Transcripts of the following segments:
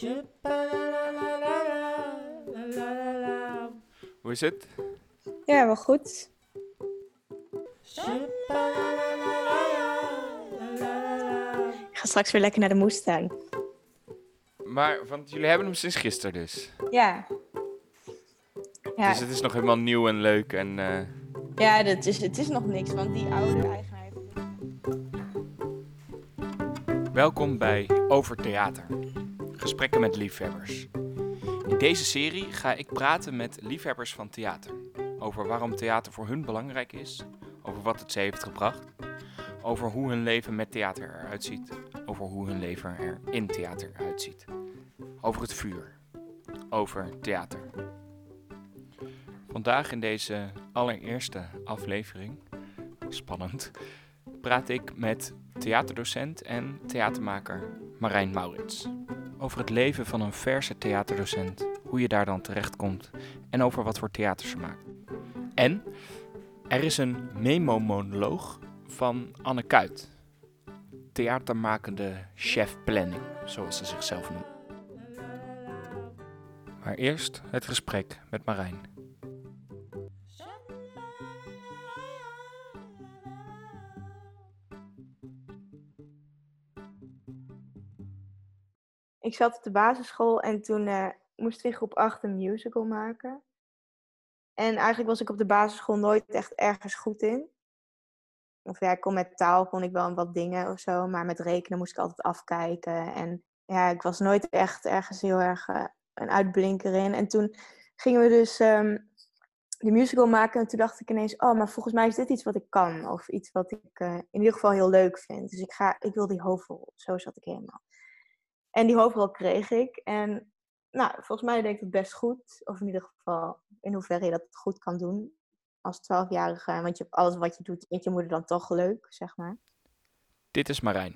Hoe is het? Ja, wel goed. Ik ga straks weer lekker naar de moestuin. Maar, want jullie hebben hem sinds gisteren dus. Ja. Dus het is nog helemaal nieuw en leuk en... Ja, het is nog niks, want die oude eigenaar heeft... Welkom bij Over Theater. Gesprekken met liefhebbers. In deze serie ga ik praten met liefhebbers van theater. Over waarom theater voor hun belangrijk is. Over wat het ze heeft gebracht. Over hoe hun leven met theater eruit ziet. Over hoe hun leven er in theater eruit ziet. Over het vuur. Over theater. Vandaag in deze allereerste aflevering, spannend, praat ik met theaterdocent en theatermaker Marijn Maurits. Over het leven van een verse theaterdocent, hoe je daar dan terechtkomt en over wat voor theater ze maakt. En er is een memo-monoloog van Anne Kuit, theatermakende chef planning, zoals ze zichzelf noemt. Maar eerst het gesprek met Marijn. Ik zat op de basisschool en toen moesten we in groep 8 een musical maken. En eigenlijk was ik op de basisschool nooit echt ergens goed in. Of ja, met taal kon ik wel wat dingen of zo, maar met rekenen moest ik altijd afkijken. En ja, ik was nooit echt ergens heel erg een uitblinker in. En toen gingen we dus de musical maken en toen dacht ik ineens, oh, maar volgens mij is dit iets wat ik kan. Of iets wat ik in ieder geval heel leuk vind. Dus ik wil die hoofdrol. Zo zat ik helemaal. En die hoofdrol kreeg ik. En nou, volgens mij deed ik het best goed. Of in ieder geval in hoeverre je dat goed kan doen. Als 12-jarige. Want alles wat je doet, vindt je moeder dan toch leuk, zeg maar. Dit is Marijn.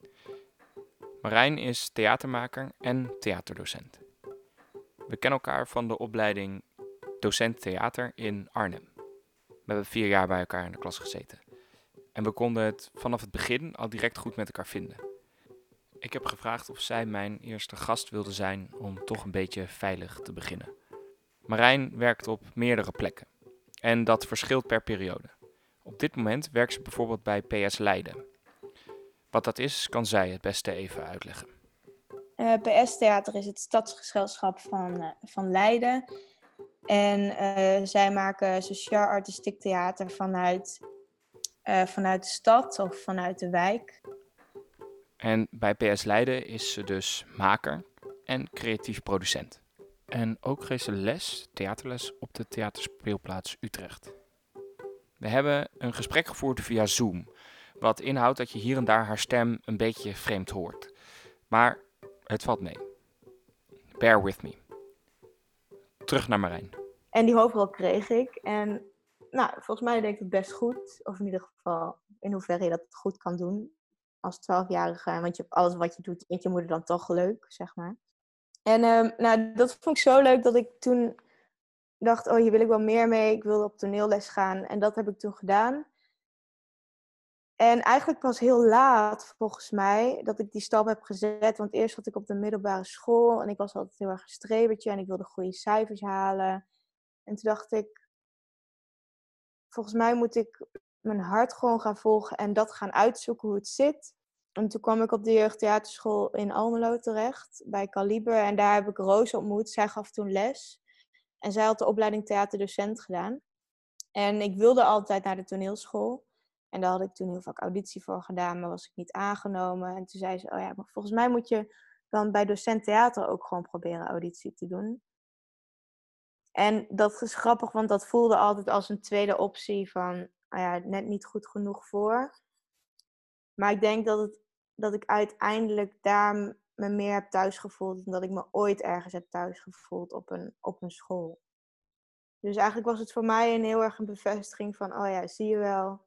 Marijn is theatermaker en theaterdocent. We kennen elkaar van de opleiding docent theater in Arnhem. We hebben 4 jaar bij elkaar in de klas gezeten. En we konden het vanaf het begin al direct goed met elkaar vinden. Ik heb gevraagd of zij mijn eerste gast wilde zijn om toch een beetje veilig te beginnen. Marijn werkt op meerdere plekken. En dat verschilt per periode. Op dit moment werkt ze bijvoorbeeld bij PS Leiden. Wat dat is, kan zij het beste even uitleggen. PS Theater is het stadsgezelschap van Leiden. En zij maken sociaal-artistiek theater vanuit de stad of vanuit de wijk. En bij PS Leiden is ze dus maker en creatief producent. En ook geeft ze theaterles op de theaterspeelplaats Utrecht. We hebben een gesprek gevoerd via Zoom, wat inhoudt dat je hier en daar haar stem een beetje vreemd hoort. Maar het valt mee. Bear with me. Terug naar Marijn. En die hoofdrol kreeg ik. En nou, volgens mij deed ik het best goed. Of in ieder geval in hoeverre je dat goed kan doen. Als 12-jarige. Want alles wat je doet, vindt je moeder dan toch leuk, zeg maar. En nou, dat vond ik zo leuk dat ik toen dacht, oh, hier wil ik wel meer mee. Ik wilde op toneelles gaan. En dat heb ik toen gedaan. En eigenlijk pas heel laat, volgens mij, dat ik die stap heb gezet. Want eerst zat ik op de middelbare school. En ik was altijd heel erg een strebertje. En ik wilde goede cijfers halen. En toen dacht ik, volgens mij moet ik mijn hart gewoon gaan volgen. En dat gaan uitzoeken hoe het zit. En toen kwam ik op de jeugdtheaterschool in Almelo terecht. Bij Kaliber. En daar heb ik Roos ontmoet. Zij gaf toen les. En zij had de opleiding theaterdocent gedaan. En ik wilde altijd naar de toneelschool. En daar had ik toen heel vaak auditie voor gedaan, maar was ik niet aangenomen. En toen zei ze, oh ja, maar volgens mij moet je dan bij docent theater ook gewoon proberen auditie te doen. En dat is grappig, want dat voelde altijd als een tweede optie van, nou ja, net niet goed genoeg voor. Maar ik denk dat ik uiteindelijk daar me meer heb thuisgevoeld dan dat ik me ooit ergens heb thuisgevoeld op een school. Dus eigenlijk was het voor mij heel erg een bevestiging van, oh ja, zie je wel.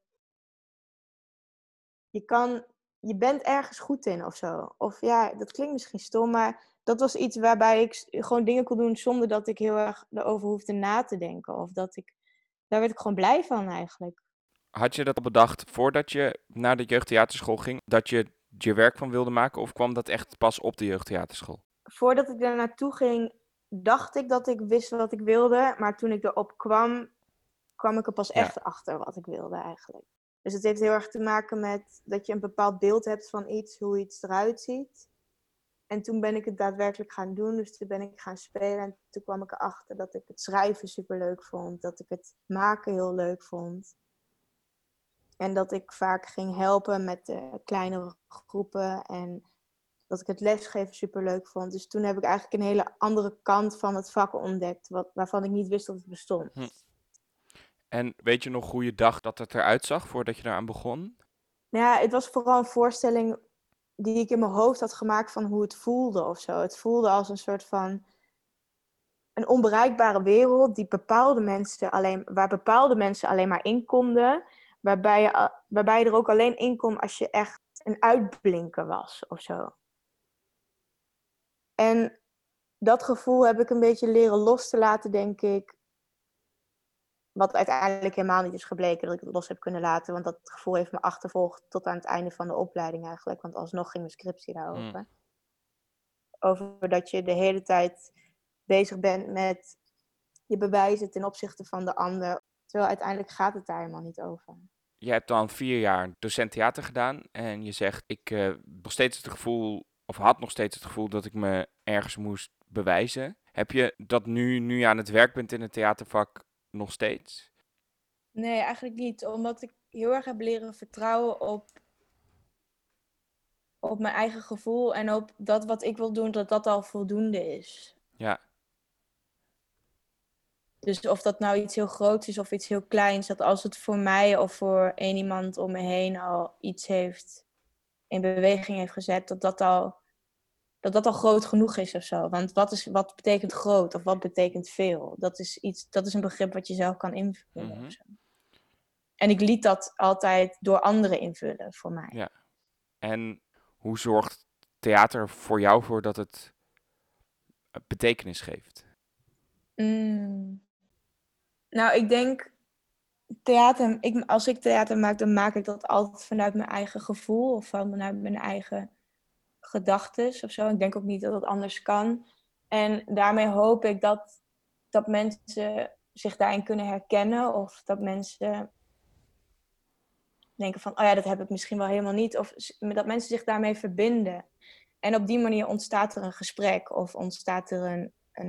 Je bent ergens goed in of zo. Of ja, dat klinkt misschien stom, maar dat was iets waarbij ik gewoon dingen kon doen zonder dat ik heel erg erover hoefde na te denken. Daar werd ik gewoon blij van eigenlijk. Had je dat al bedacht voordat je naar de jeugdtheaterschool ging, dat je je werk van wilde maken? Of kwam dat echt pas op de jeugdtheaterschool? voordat ik daar naartoe ging, dacht ik dat ik wist wat ik wilde. Maar toen ik erop kwam, kwam ik er pas Ja, echt achter wat ik wilde eigenlijk. Dus het heeft heel erg te maken met dat je een bepaald beeld hebt van iets, hoe iets eruit ziet. En toen ben ik het daadwerkelijk gaan doen. Dus toen ben ik gaan spelen. En toen kwam ik erachter dat ik het schrijven superleuk vond. Dat ik het maken heel leuk vond. En dat ik vaak ging helpen met de kleinere groepen. En dat ik het lesgeven superleuk vond. Dus toen heb ik eigenlijk een hele andere kant van het vak ontdekt. Waarvan ik niet wist dat het bestond. hm. En weet je nog hoe je dacht dat het eruit zag voordat je daaraan begon? Nou ja, het was vooral een voorstelling die ik in mijn hoofd had gemaakt van hoe het voelde of zo. Het voelde als een soort van een onbereikbare wereld waar bepaalde mensen alleen maar in konden. Waarbij je er ook alleen in kon als je echt een uitblinker was of zo. En dat gevoel heb ik een beetje leren los te laten, denk ik. Wat uiteindelijk helemaal niet is gebleken dat ik het los heb kunnen laten. Want dat gevoel heeft me achtervolgd tot aan het einde van de opleiding eigenlijk. Want alsnog ging mijn scriptie Hm. daarover. Over dat je de hele tijd bezig bent met je bewijzen ten opzichte van de ander. Terwijl uiteindelijk gaat het daar helemaal niet over. Je hebt dan 4 jaar docent theater gedaan en je zegt, ik nog steeds het gevoel, of had nog steeds het gevoel dat ik me ergens moest bewijzen. Heb je dat nu je aan het werk bent in het theatervak nog steeds? Nee, eigenlijk niet. Omdat ik heel erg heb leren vertrouwen op mijn eigen gevoel. En op dat wat ik wil doen, dat dat al voldoende is. Ja, Dus of dat nou iets heel groots is of iets heel kleins. Dat als het voor mij of voor één iemand om me heen al iets heeft in beweging heeft gezet. Dat al groot genoeg is of zo. Want wat betekent groot of wat betekent veel? Dat is een begrip wat je zelf kan invullen of zo. En ik liet dat altijd door anderen invullen voor mij. ja. En hoe zorgt theater voor jou voor dat het betekenis geeft? Nou, ik denk als ik theater maak, dan maak ik dat altijd vanuit mijn eigen gevoel of vanuit mijn eigen gedachtes of zo. Ik denk ook niet dat het anders kan. En daarmee hoop ik dat mensen zich daarin kunnen herkennen of dat mensen denken van, oh ja, dat heb ik misschien wel helemaal niet. Of dat mensen zich daarmee verbinden. En op die manier ontstaat er een gesprek of ontstaat er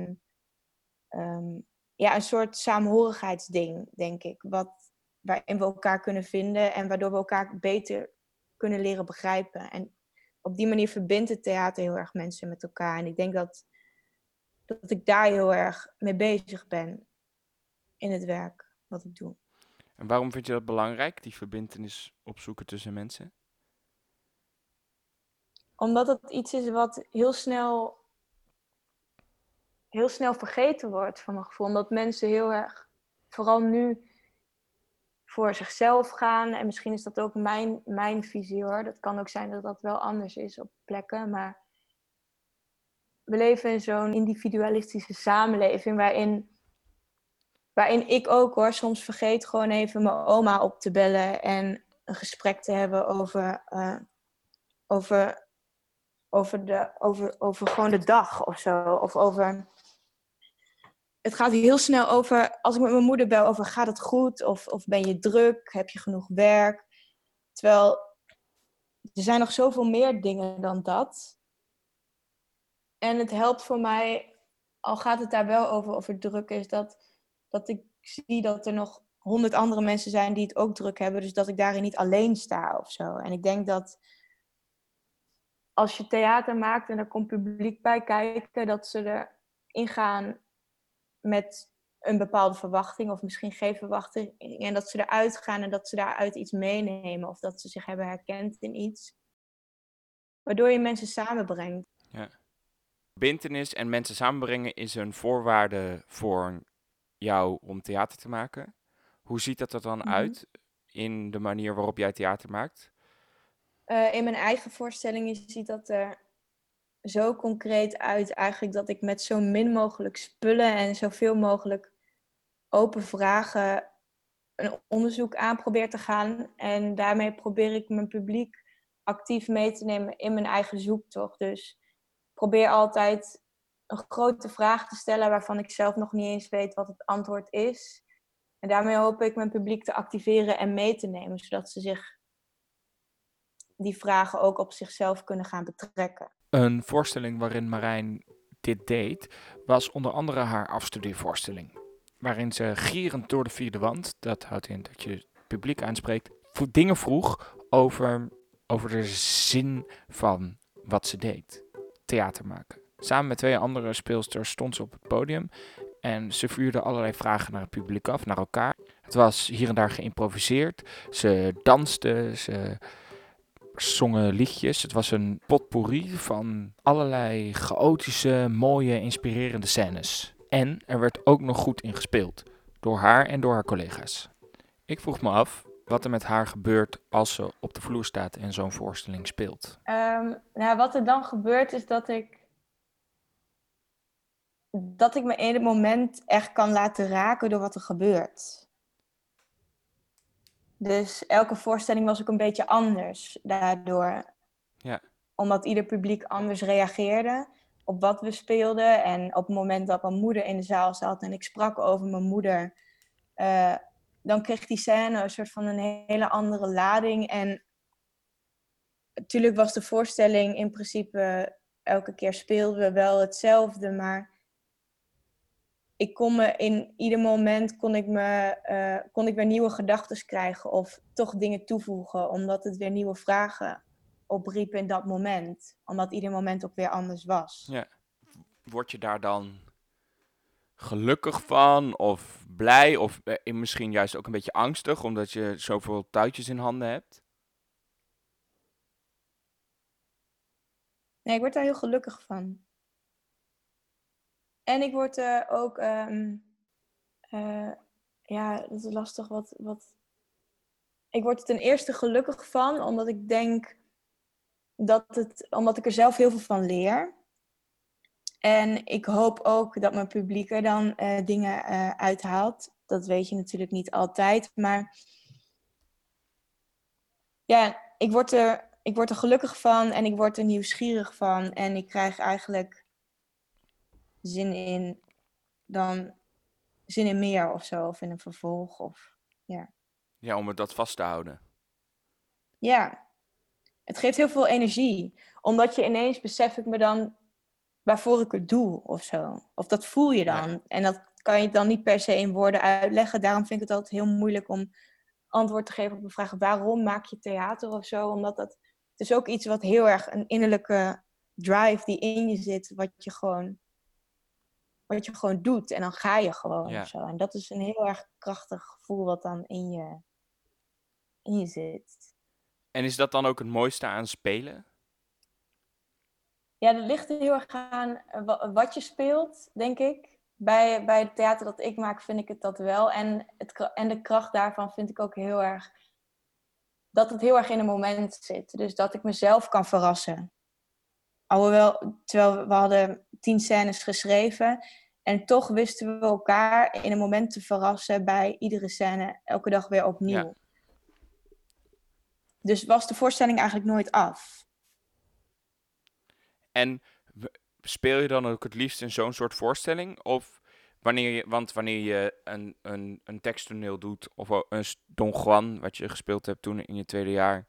een soort saamhorigheidsding, denk ik. Waarin we elkaar kunnen vinden en waardoor we elkaar beter kunnen leren begrijpen. En op die manier verbindt het theater heel erg mensen met elkaar. En ik denk dat ik daar heel erg mee bezig ben in het werk wat ik doe. En waarom vind je dat belangrijk, die verbintenis opzoeken tussen mensen? Omdat het iets is wat heel snel vergeten wordt van mijn gevoel. Omdat mensen heel erg, vooral nu, voor zichzelf gaan. En misschien is dat ook mijn visie hoor. Dat kan ook zijn dat dat wel anders is op plekken. Maar we leven in zo'n individualistische samenleving waarin ik ook hoor soms vergeet gewoon even mijn oma op te bellen en een gesprek te hebben over gewoon de dag of zo. Of over. Het gaat heel snel over, als ik met mijn moeder bel, over gaat het goed? Of ben je druk? Heb je genoeg werk? Terwijl er zijn nog zoveel meer dingen dan dat. En het helpt voor mij, al gaat het daar wel over of het druk is, dat ik zie dat er nog 100 andere mensen zijn die het ook druk hebben. Dus dat ik daarin niet alleen sta of zo. En ik denk dat als je theater maakt en er komt publiek bij kijken, dat ze erin gaan met een bepaalde verwachting of misschien geen verwachting. En dat ze eruit gaan en dat ze daaruit iets meenemen of dat ze zich hebben herkend in iets. Waardoor je mensen samenbrengt. Ja. Verbintenis en mensen samenbrengen is een voorwaarde voor jou om theater te maken. Hoe ziet dat er dan uit in de manier waarop jij theater maakt? In mijn eigen voorstellingen ziet dat er zo concreet uit eigenlijk dat ik met zo min mogelijk spullen en zoveel mogelijk open vragen een onderzoek aan probeer te gaan. En daarmee probeer ik mijn publiek actief mee te nemen in mijn eigen zoektocht. Dus probeer altijd een grote vraag te stellen waarvan ik zelf nog niet eens weet wat het antwoord is. En daarmee hoop ik mijn publiek te activeren en mee te nemen, zodat ze zich die vragen ook op zichzelf kunnen gaan betrekken. Een voorstelling waarin Marijn dit deed, was onder andere haar afstudeervoorstelling. Waarin ze gierend door de vierde wand, dat houdt in dat je het publiek aanspreekt, dingen vroeg over de zin van wat ze deed. Theater maken. Samen met 2 andere speelsters stond ze op het podium en ze vuurde allerlei vragen naar het publiek af, naar elkaar. Het was hier en daar geïmproviseerd. Ze dansten, ze zongen liedjes. Het was een potpourri van allerlei chaotische, mooie, inspirerende scènes. En er werd ook nog goed in gespeeld. Door haar en door haar collega's. Ik vroeg me af wat er met haar gebeurt als ze op de vloer staat en zo'n voorstelling speelt. Wat er dan gebeurt is dat ik me in het moment echt kan laten raken door wat er gebeurt. Dus elke voorstelling was ook een beetje anders daardoor. Ja. Omdat ieder publiek anders reageerde op wat we speelden. En op het moment dat mijn moeder in de zaal zat en ik sprak over mijn moeder, dan kreeg die scène een soort van een hele andere lading. En natuurlijk was de voorstelling in principe, elke keer speelden we wel hetzelfde, maar ik kon me in ieder moment kon ik weer nieuwe gedachten krijgen of toch dingen toevoegen, omdat het weer nieuwe vragen opriep in dat moment. Omdat ieder moment ook weer anders was. Ja. Word je daar dan gelukkig van of blij of misschien juist ook een beetje angstig omdat je zoveel touwtjes in handen hebt? Nee, ik word daar heel gelukkig van. En ik word er ook, dat is lastig wat. Ik word er ten eerste gelukkig van, omdat ik denk omdat ik er zelf heel veel van leer. En ik hoop ook dat mijn publiek er dan dingen uithaalt. Dat weet je natuurlijk niet altijd. Maar ja, ik word er gelukkig van en ik word er nieuwsgierig van. En ik krijg eigenlijk zin in meer of zo. Of in een vervolg. Ja, om het dat vast te houden. Ja, het geeft heel veel energie. Omdat je ineens besef ik me dan waarvoor ik het doe of zo. Of dat voel je dan. Ja. En dat kan je dan niet per se in woorden uitleggen. Daarom vind ik het altijd heel moeilijk om antwoord te geven op de vraag waarom maak je theater of zo. Omdat het is ook iets wat heel erg een innerlijke drive die in je zit. Wat je gewoon doet. En dan ga je gewoon Ja. of zo. En dat is een heel erg krachtig gevoel wat dan in je zit. En is dat dan ook het mooiste aan spelen? Ja, dat ligt er heel erg aan wat je speelt, denk ik. Bij het theater dat ik maak vind ik het dat wel. En de kracht daarvan vind ik ook heel erg dat het heel erg in een moment zit. Dus dat ik mezelf kan verrassen. Terwijl we hadden 10 scènes geschreven. En toch wisten we elkaar in een moment te verrassen bij iedere scène elke dag weer opnieuw. Ja. Dus was de voorstelling eigenlijk nooit af. En speel je dan ook het liefst in zo'n soort voorstelling? Of wanneer je een teksttoneel doet, of een Don Juan, wat je gespeeld hebt toen in je tweede jaar.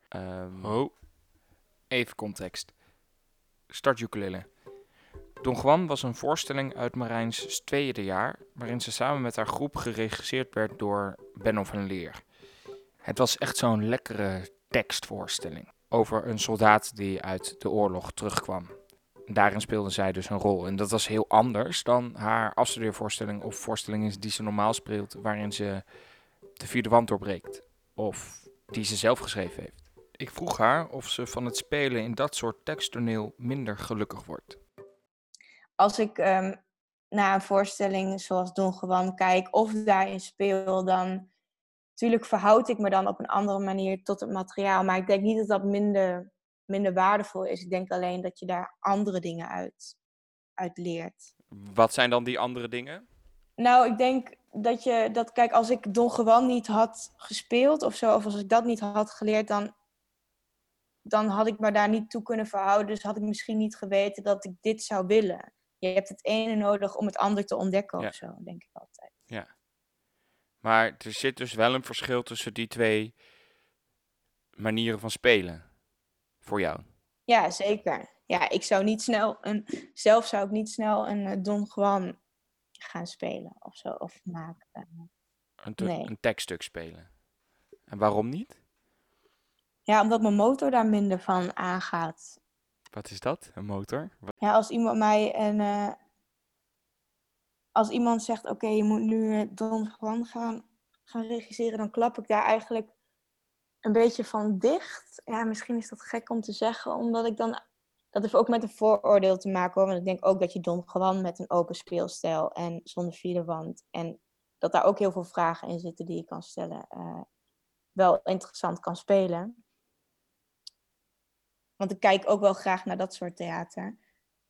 Even context. Start ukulele. Don Juan was een voorstelling uit Marijn's tweede jaar, waarin ze samen met haar groep geregisseerd werd door Benno van Leer. Het was echt zo'n lekkere tekstvoorstelling over een soldaat die uit de oorlog terugkwam. Daarin speelde zij dus een rol. En dat was heel anders dan haar afstudeervoorstelling of voorstellingen die ze normaal speelt, waarin ze de vierde wand doorbreekt. Of die ze zelf geschreven heeft. Ik vroeg haar of ze van het spelen in dat soort teksttoneel minder gelukkig wordt. Als ik naar een voorstelling zoals Don Juan kijk of daarin speel, dan natuurlijk verhoud ik me dan op een andere manier tot het materiaal. Maar ik denk niet dat dat minder waardevol is. Ik denk alleen dat je daar andere dingen uit leert. Wat zijn dan die andere dingen? Nou, ik denk kijk, als ik Don Juan niet had gespeeld of zo, of als ik dat niet had geleerd, dan had ik me daar niet toe kunnen verhouden. Dus had ik misschien niet geweten dat ik dit zou willen. Je hebt het ene nodig om het ander te ontdekken Ja. of zo, denk ik altijd. Ja. Maar er zit dus wel een verschil tussen die twee manieren van spelen. Voor jou. Ja, zeker. Ja, zelf zou ik niet snel een Don Juan gaan spelen of zo, of maken. Nee. Een tekststuk spelen. En waarom niet? Ja, omdat mijn motor daar minder van aangaat. Wat is dat? Een motor? Ja, als iemand zegt, oké, je moet nu Don Juan gaan regisseren, dan klap ik daar eigenlijk een beetje van dicht. Ja, misschien is dat gek om te zeggen, omdat ik dan... Dat heeft ook met een vooroordeel te maken, hoor. Want ik denk ook dat je Don Juan met een open speelstijl en zonder vierde wand, en dat daar ook heel veel vragen in zitten die je kan stellen, wel interessant kan spelen. Want ik kijk ook wel graag naar dat soort theater.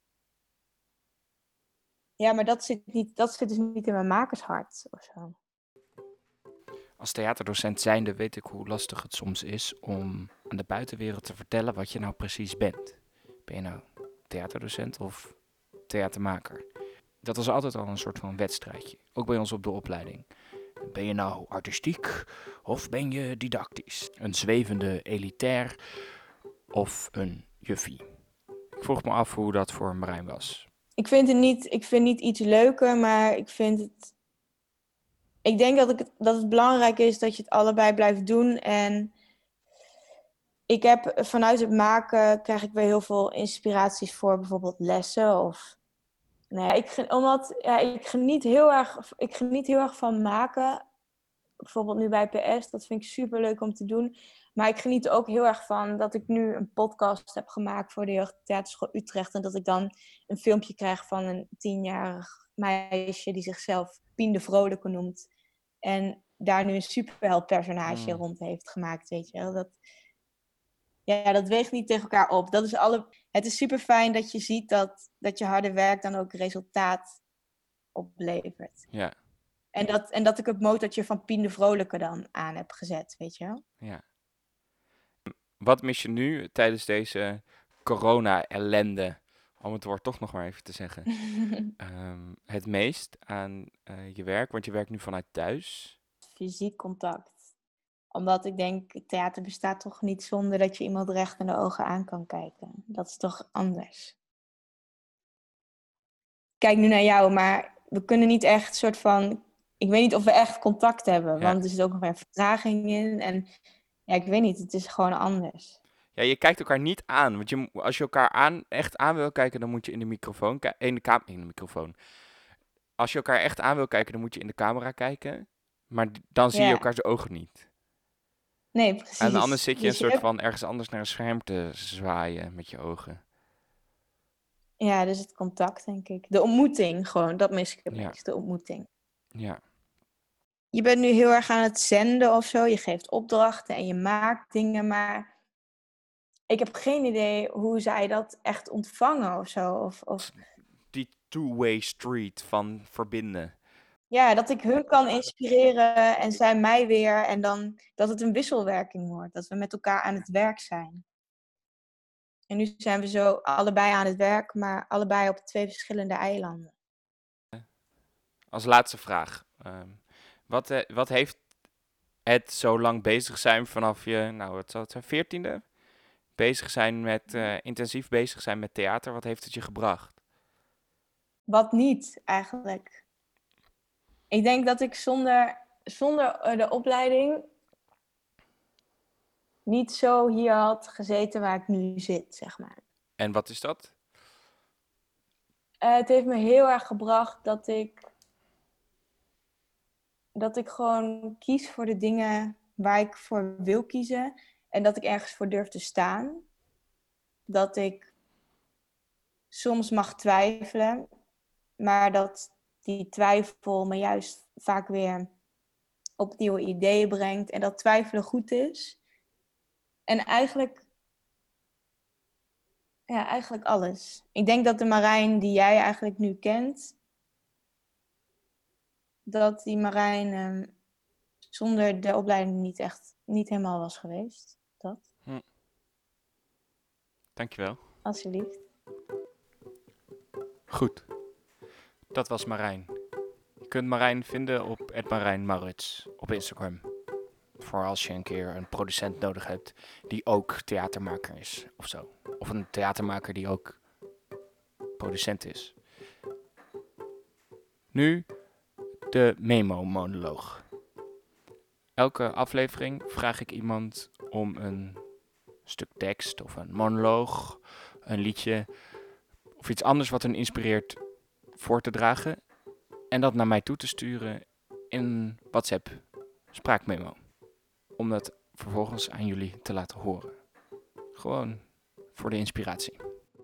Ja, maar dat zit dus niet in mijn makershart of zo. Als theaterdocent zijnde weet ik hoe lastig het soms is om aan de buitenwereld te vertellen wat je nou precies bent. Ben je nou theaterdocent of theatermaker? Dat was altijd al een soort van wedstrijdje. Ook bij ons op de opleiding. Ben je nou artistiek of ben je didactisch? Een zwevende elitair of een juffie? Ik vroeg me af hoe dat voor Marijn was. Ik vind niet iets leuker, maar ik denk dat het belangrijk is dat je het allebei blijft doen. En ik heb vanuit het maken krijg ik weer heel veel inspiraties voor bijvoorbeeld lessen. Of, nou ja, ik geniet heel erg van maken. Bijvoorbeeld nu bij PS, dat vind ik super leuk om te doen. Maar ik geniet er ook heel erg van dat ik nu een podcast heb gemaakt voor de Jeugdtheaterschool Utrecht. En dat ik dan een filmpje krijg van een 10-jarig meisje die zichzelf Pien de Vrolijke noemt. En daar nu een superheldpersonage rond heeft gemaakt, weet je wel. Dat weegt niet tegen elkaar op. Het is super fijn dat je ziet dat je harde werk dan ook resultaat oplevert. Ja. En dat ik het motortje van Pien de Vrolijke dan aan heb gezet, weet je wel. Ja. Wat mis je nu tijdens deze corona-ellende, om het woord toch nog maar even te zeggen, het meest aan je werk? Want je werkt nu vanuit thuis. Fysiek contact. Omdat ik denk, theater bestaat toch niet zonder dat je iemand recht in de ogen aan kan kijken. Dat is toch anders. Ik kijk nu naar jou, maar we kunnen niet echt soort van... Ik weet niet of we echt contact hebben, want er zit ook nog een vertraging in. En ja, ik weet niet, het is gewoon anders. Ja, je kijkt elkaar niet aan. Want als je elkaar echt aan wil kijken, dan moet je in de microfoon in de microfoon. Als je elkaar echt aan wil kijken, dan moet je in de camera kijken. Maar dan zie je Ja. elkaars ogen niet. Nee, precies. En anders zit je Dus een soort van ergens anders naar een scherm te zwaaien met je ogen. Ja, dus het contact, denk ik. De ontmoeting gewoon, dat mis ik het Ja. meest, de ontmoeting. Ja. Je bent nu heel erg aan het zenden of zo. Je geeft opdrachten en je maakt dingen, maar ik heb geen idee hoe zij dat echt ontvangen of zo. Of Die two-way street van verbinden. ja, dat ik hun kan inspireren en zij mij weer. En dan dat het een wisselwerking wordt. Dat we met elkaar aan het werk zijn. En nu zijn we zo allebei aan het werk, maar allebei op 2 verschillende eilanden. Als laatste vraag. Wat heeft het zo lang bezig zijn vanaf je, nou wat zal het zijn, 14e? Intensief bezig zijn met theater, wat heeft het je gebracht? Wat niet, eigenlijk. Ik denk dat ik zonder de opleiding niet zo hier had gezeten waar ik nu zit, zeg maar. En wat is dat? Het heeft me heel erg gebracht dat ik gewoon kies voor de dingen waar ik voor wil kiezen. En dat ik ergens voor durf te staan. Dat ik soms mag twijfelen, maar dat die twijfel me juist vaak weer op nieuwe ideeën brengt. En dat twijfelen goed is. En eigenlijk alles. Ik denk dat de Marijn die jij eigenlijk nu kent, dat die Marijn zonder de opleiding niet helemaal was geweest. Dat. Dankjewel. Alsjeblieft. Goed, dat was Marijn. Je kunt Marijn vinden op @MarijnMaurits op Instagram. Voor als je een keer een producent nodig hebt die ook theatermaker is of zo. Of een theatermaker die ook producent is. Nu de memo-monoloog. Elke aflevering vraag ik iemand om een stuk tekst of een monoloog, een liedje of iets anders wat hen inspireert voor te dragen en dat naar mij toe te sturen in een WhatsApp spraakmemo. Om dat vervolgens aan jullie te laten horen. Gewoon voor de inspiratie.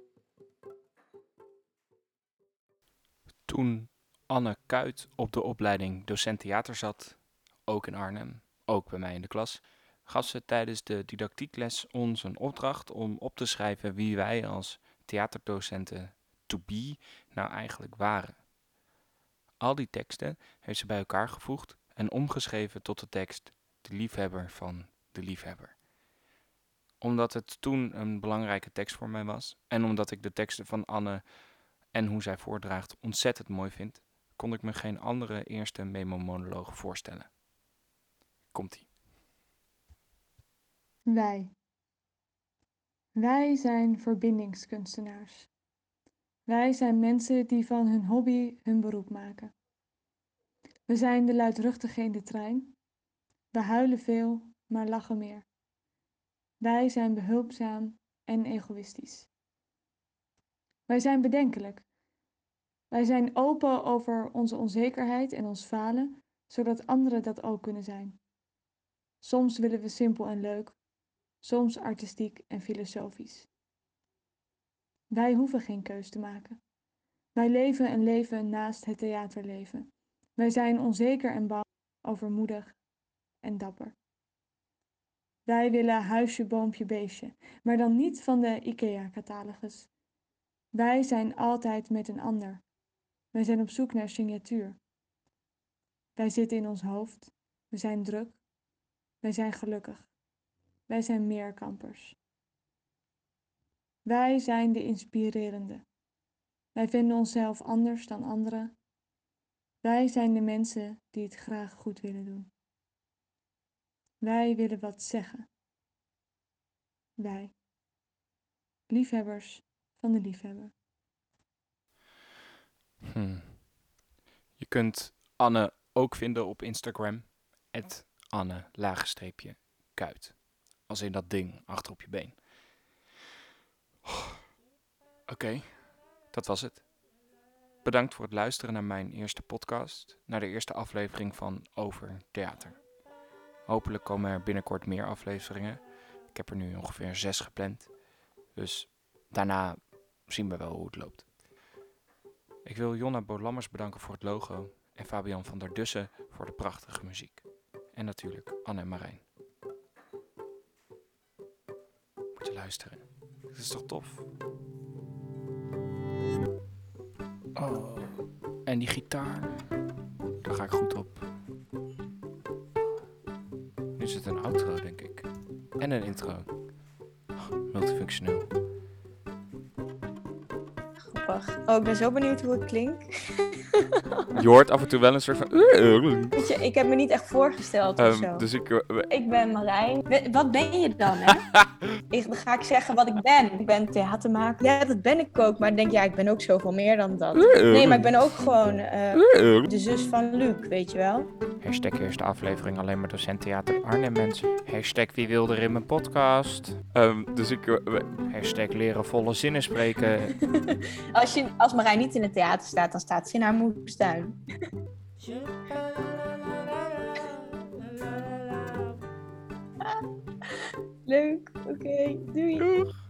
Toen Anne Kuit op de opleiding docent theater zat, ook in Arnhem, ook bij mij in de klas, gaf ze tijdens de didactiekles ons een opdracht om op te schrijven wie wij als theaterdocenten to be nou eigenlijk waren. Al die teksten heeft ze bij elkaar gevoegd en omgeschreven tot de tekst De liefhebber van de liefhebber. Omdat het toen een belangrijke tekst voor mij was en omdat ik de teksten van Anne en hoe zij voordraagt ontzettend mooi vind, kon ik me geen andere eerste memo-monoloog voorstellen. Komt-ie. Wij. Wij zijn verbindingskunstenaars. Wij zijn mensen die van hun hobby hun beroep maken. We zijn de luidruchtigen in de trein. We huilen veel, maar lachen meer. Wij zijn behulpzaam en egoïstisch. Wij zijn bedenkelijk. Wij zijn open over onze onzekerheid en ons falen, zodat anderen dat ook kunnen zijn. Soms willen we simpel en leuk, soms artistiek en filosofisch. Wij hoeven geen keus te maken. Wij leven een leven naast het theaterleven. Wij zijn onzeker en bang, overmoedig en dapper. Wij willen huisje, boompje, beestje, maar dan niet van de IKEA-catalogus. Wij zijn altijd met een ander. Wij zijn op zoek naar signatuur. Wij zitten in ons hoofd. We zijn druk. Wij zijn gelukkig. Wij zijn meerkampers. Wij zijn de inspirerende. Wij vinden onszelf anders dan anderen. Wij zijn de mensen die het graag goed willen doen. Wij willen wat zeggen. Wij. Liefhebbers van de liefhebber. Je kunt Anne ook vinden op Instagram. @Anne_Kuit. Als in dat ding achter op je been. Oké, dat was het. Bedankt voor het luisteren naar mijn eerste podcast. Naar de eerste aflevering van Over Theater. Hopelijk komen er binnenkort meer afleveringen. Ik heb er nu ongeveer 6 gepland. Dus daarna zien we wel hoe het loopt. Ik wil Jonna Bolammers bedanken voor het logo. En Fabian van der Dussen voor de prachtige muziek. En natuurlijk Anne en Marijn. Moet je luisteren. Dit is toch tof? Oh, en die gitaar. Daar ga ik goed op. Nu is het een outro, denk ik. En een intro. Multifunctioneel. Grappig. Oh, ik ben zo benieuwd hoe het klinkt. Je hoort af en toe wel een soort van... Weet je, ik heb me niet echt voorgesteld of zo. Dus Ik ben Marijn. Wat ben je dan, hè? Dan ga ik zeggen wat ik ben. Ik ben theatermaker. Ja, dat ben ik ook. Maar ik denk, ja, ik ben ook zoveel meer dan dat. Nee, maar ik ben ook gewoon de zus van Luc, weet je wel. Hashtag eerste aflevering alleen maar docent theater Arnhem mensen. Hashtag wie wil er in mijn podcast. Hashtag leren volle zinnen spreken. Als Marijn niet in het theater staat, dan staat ze in haar moestuin. Leuk, oké, doei. Doeg.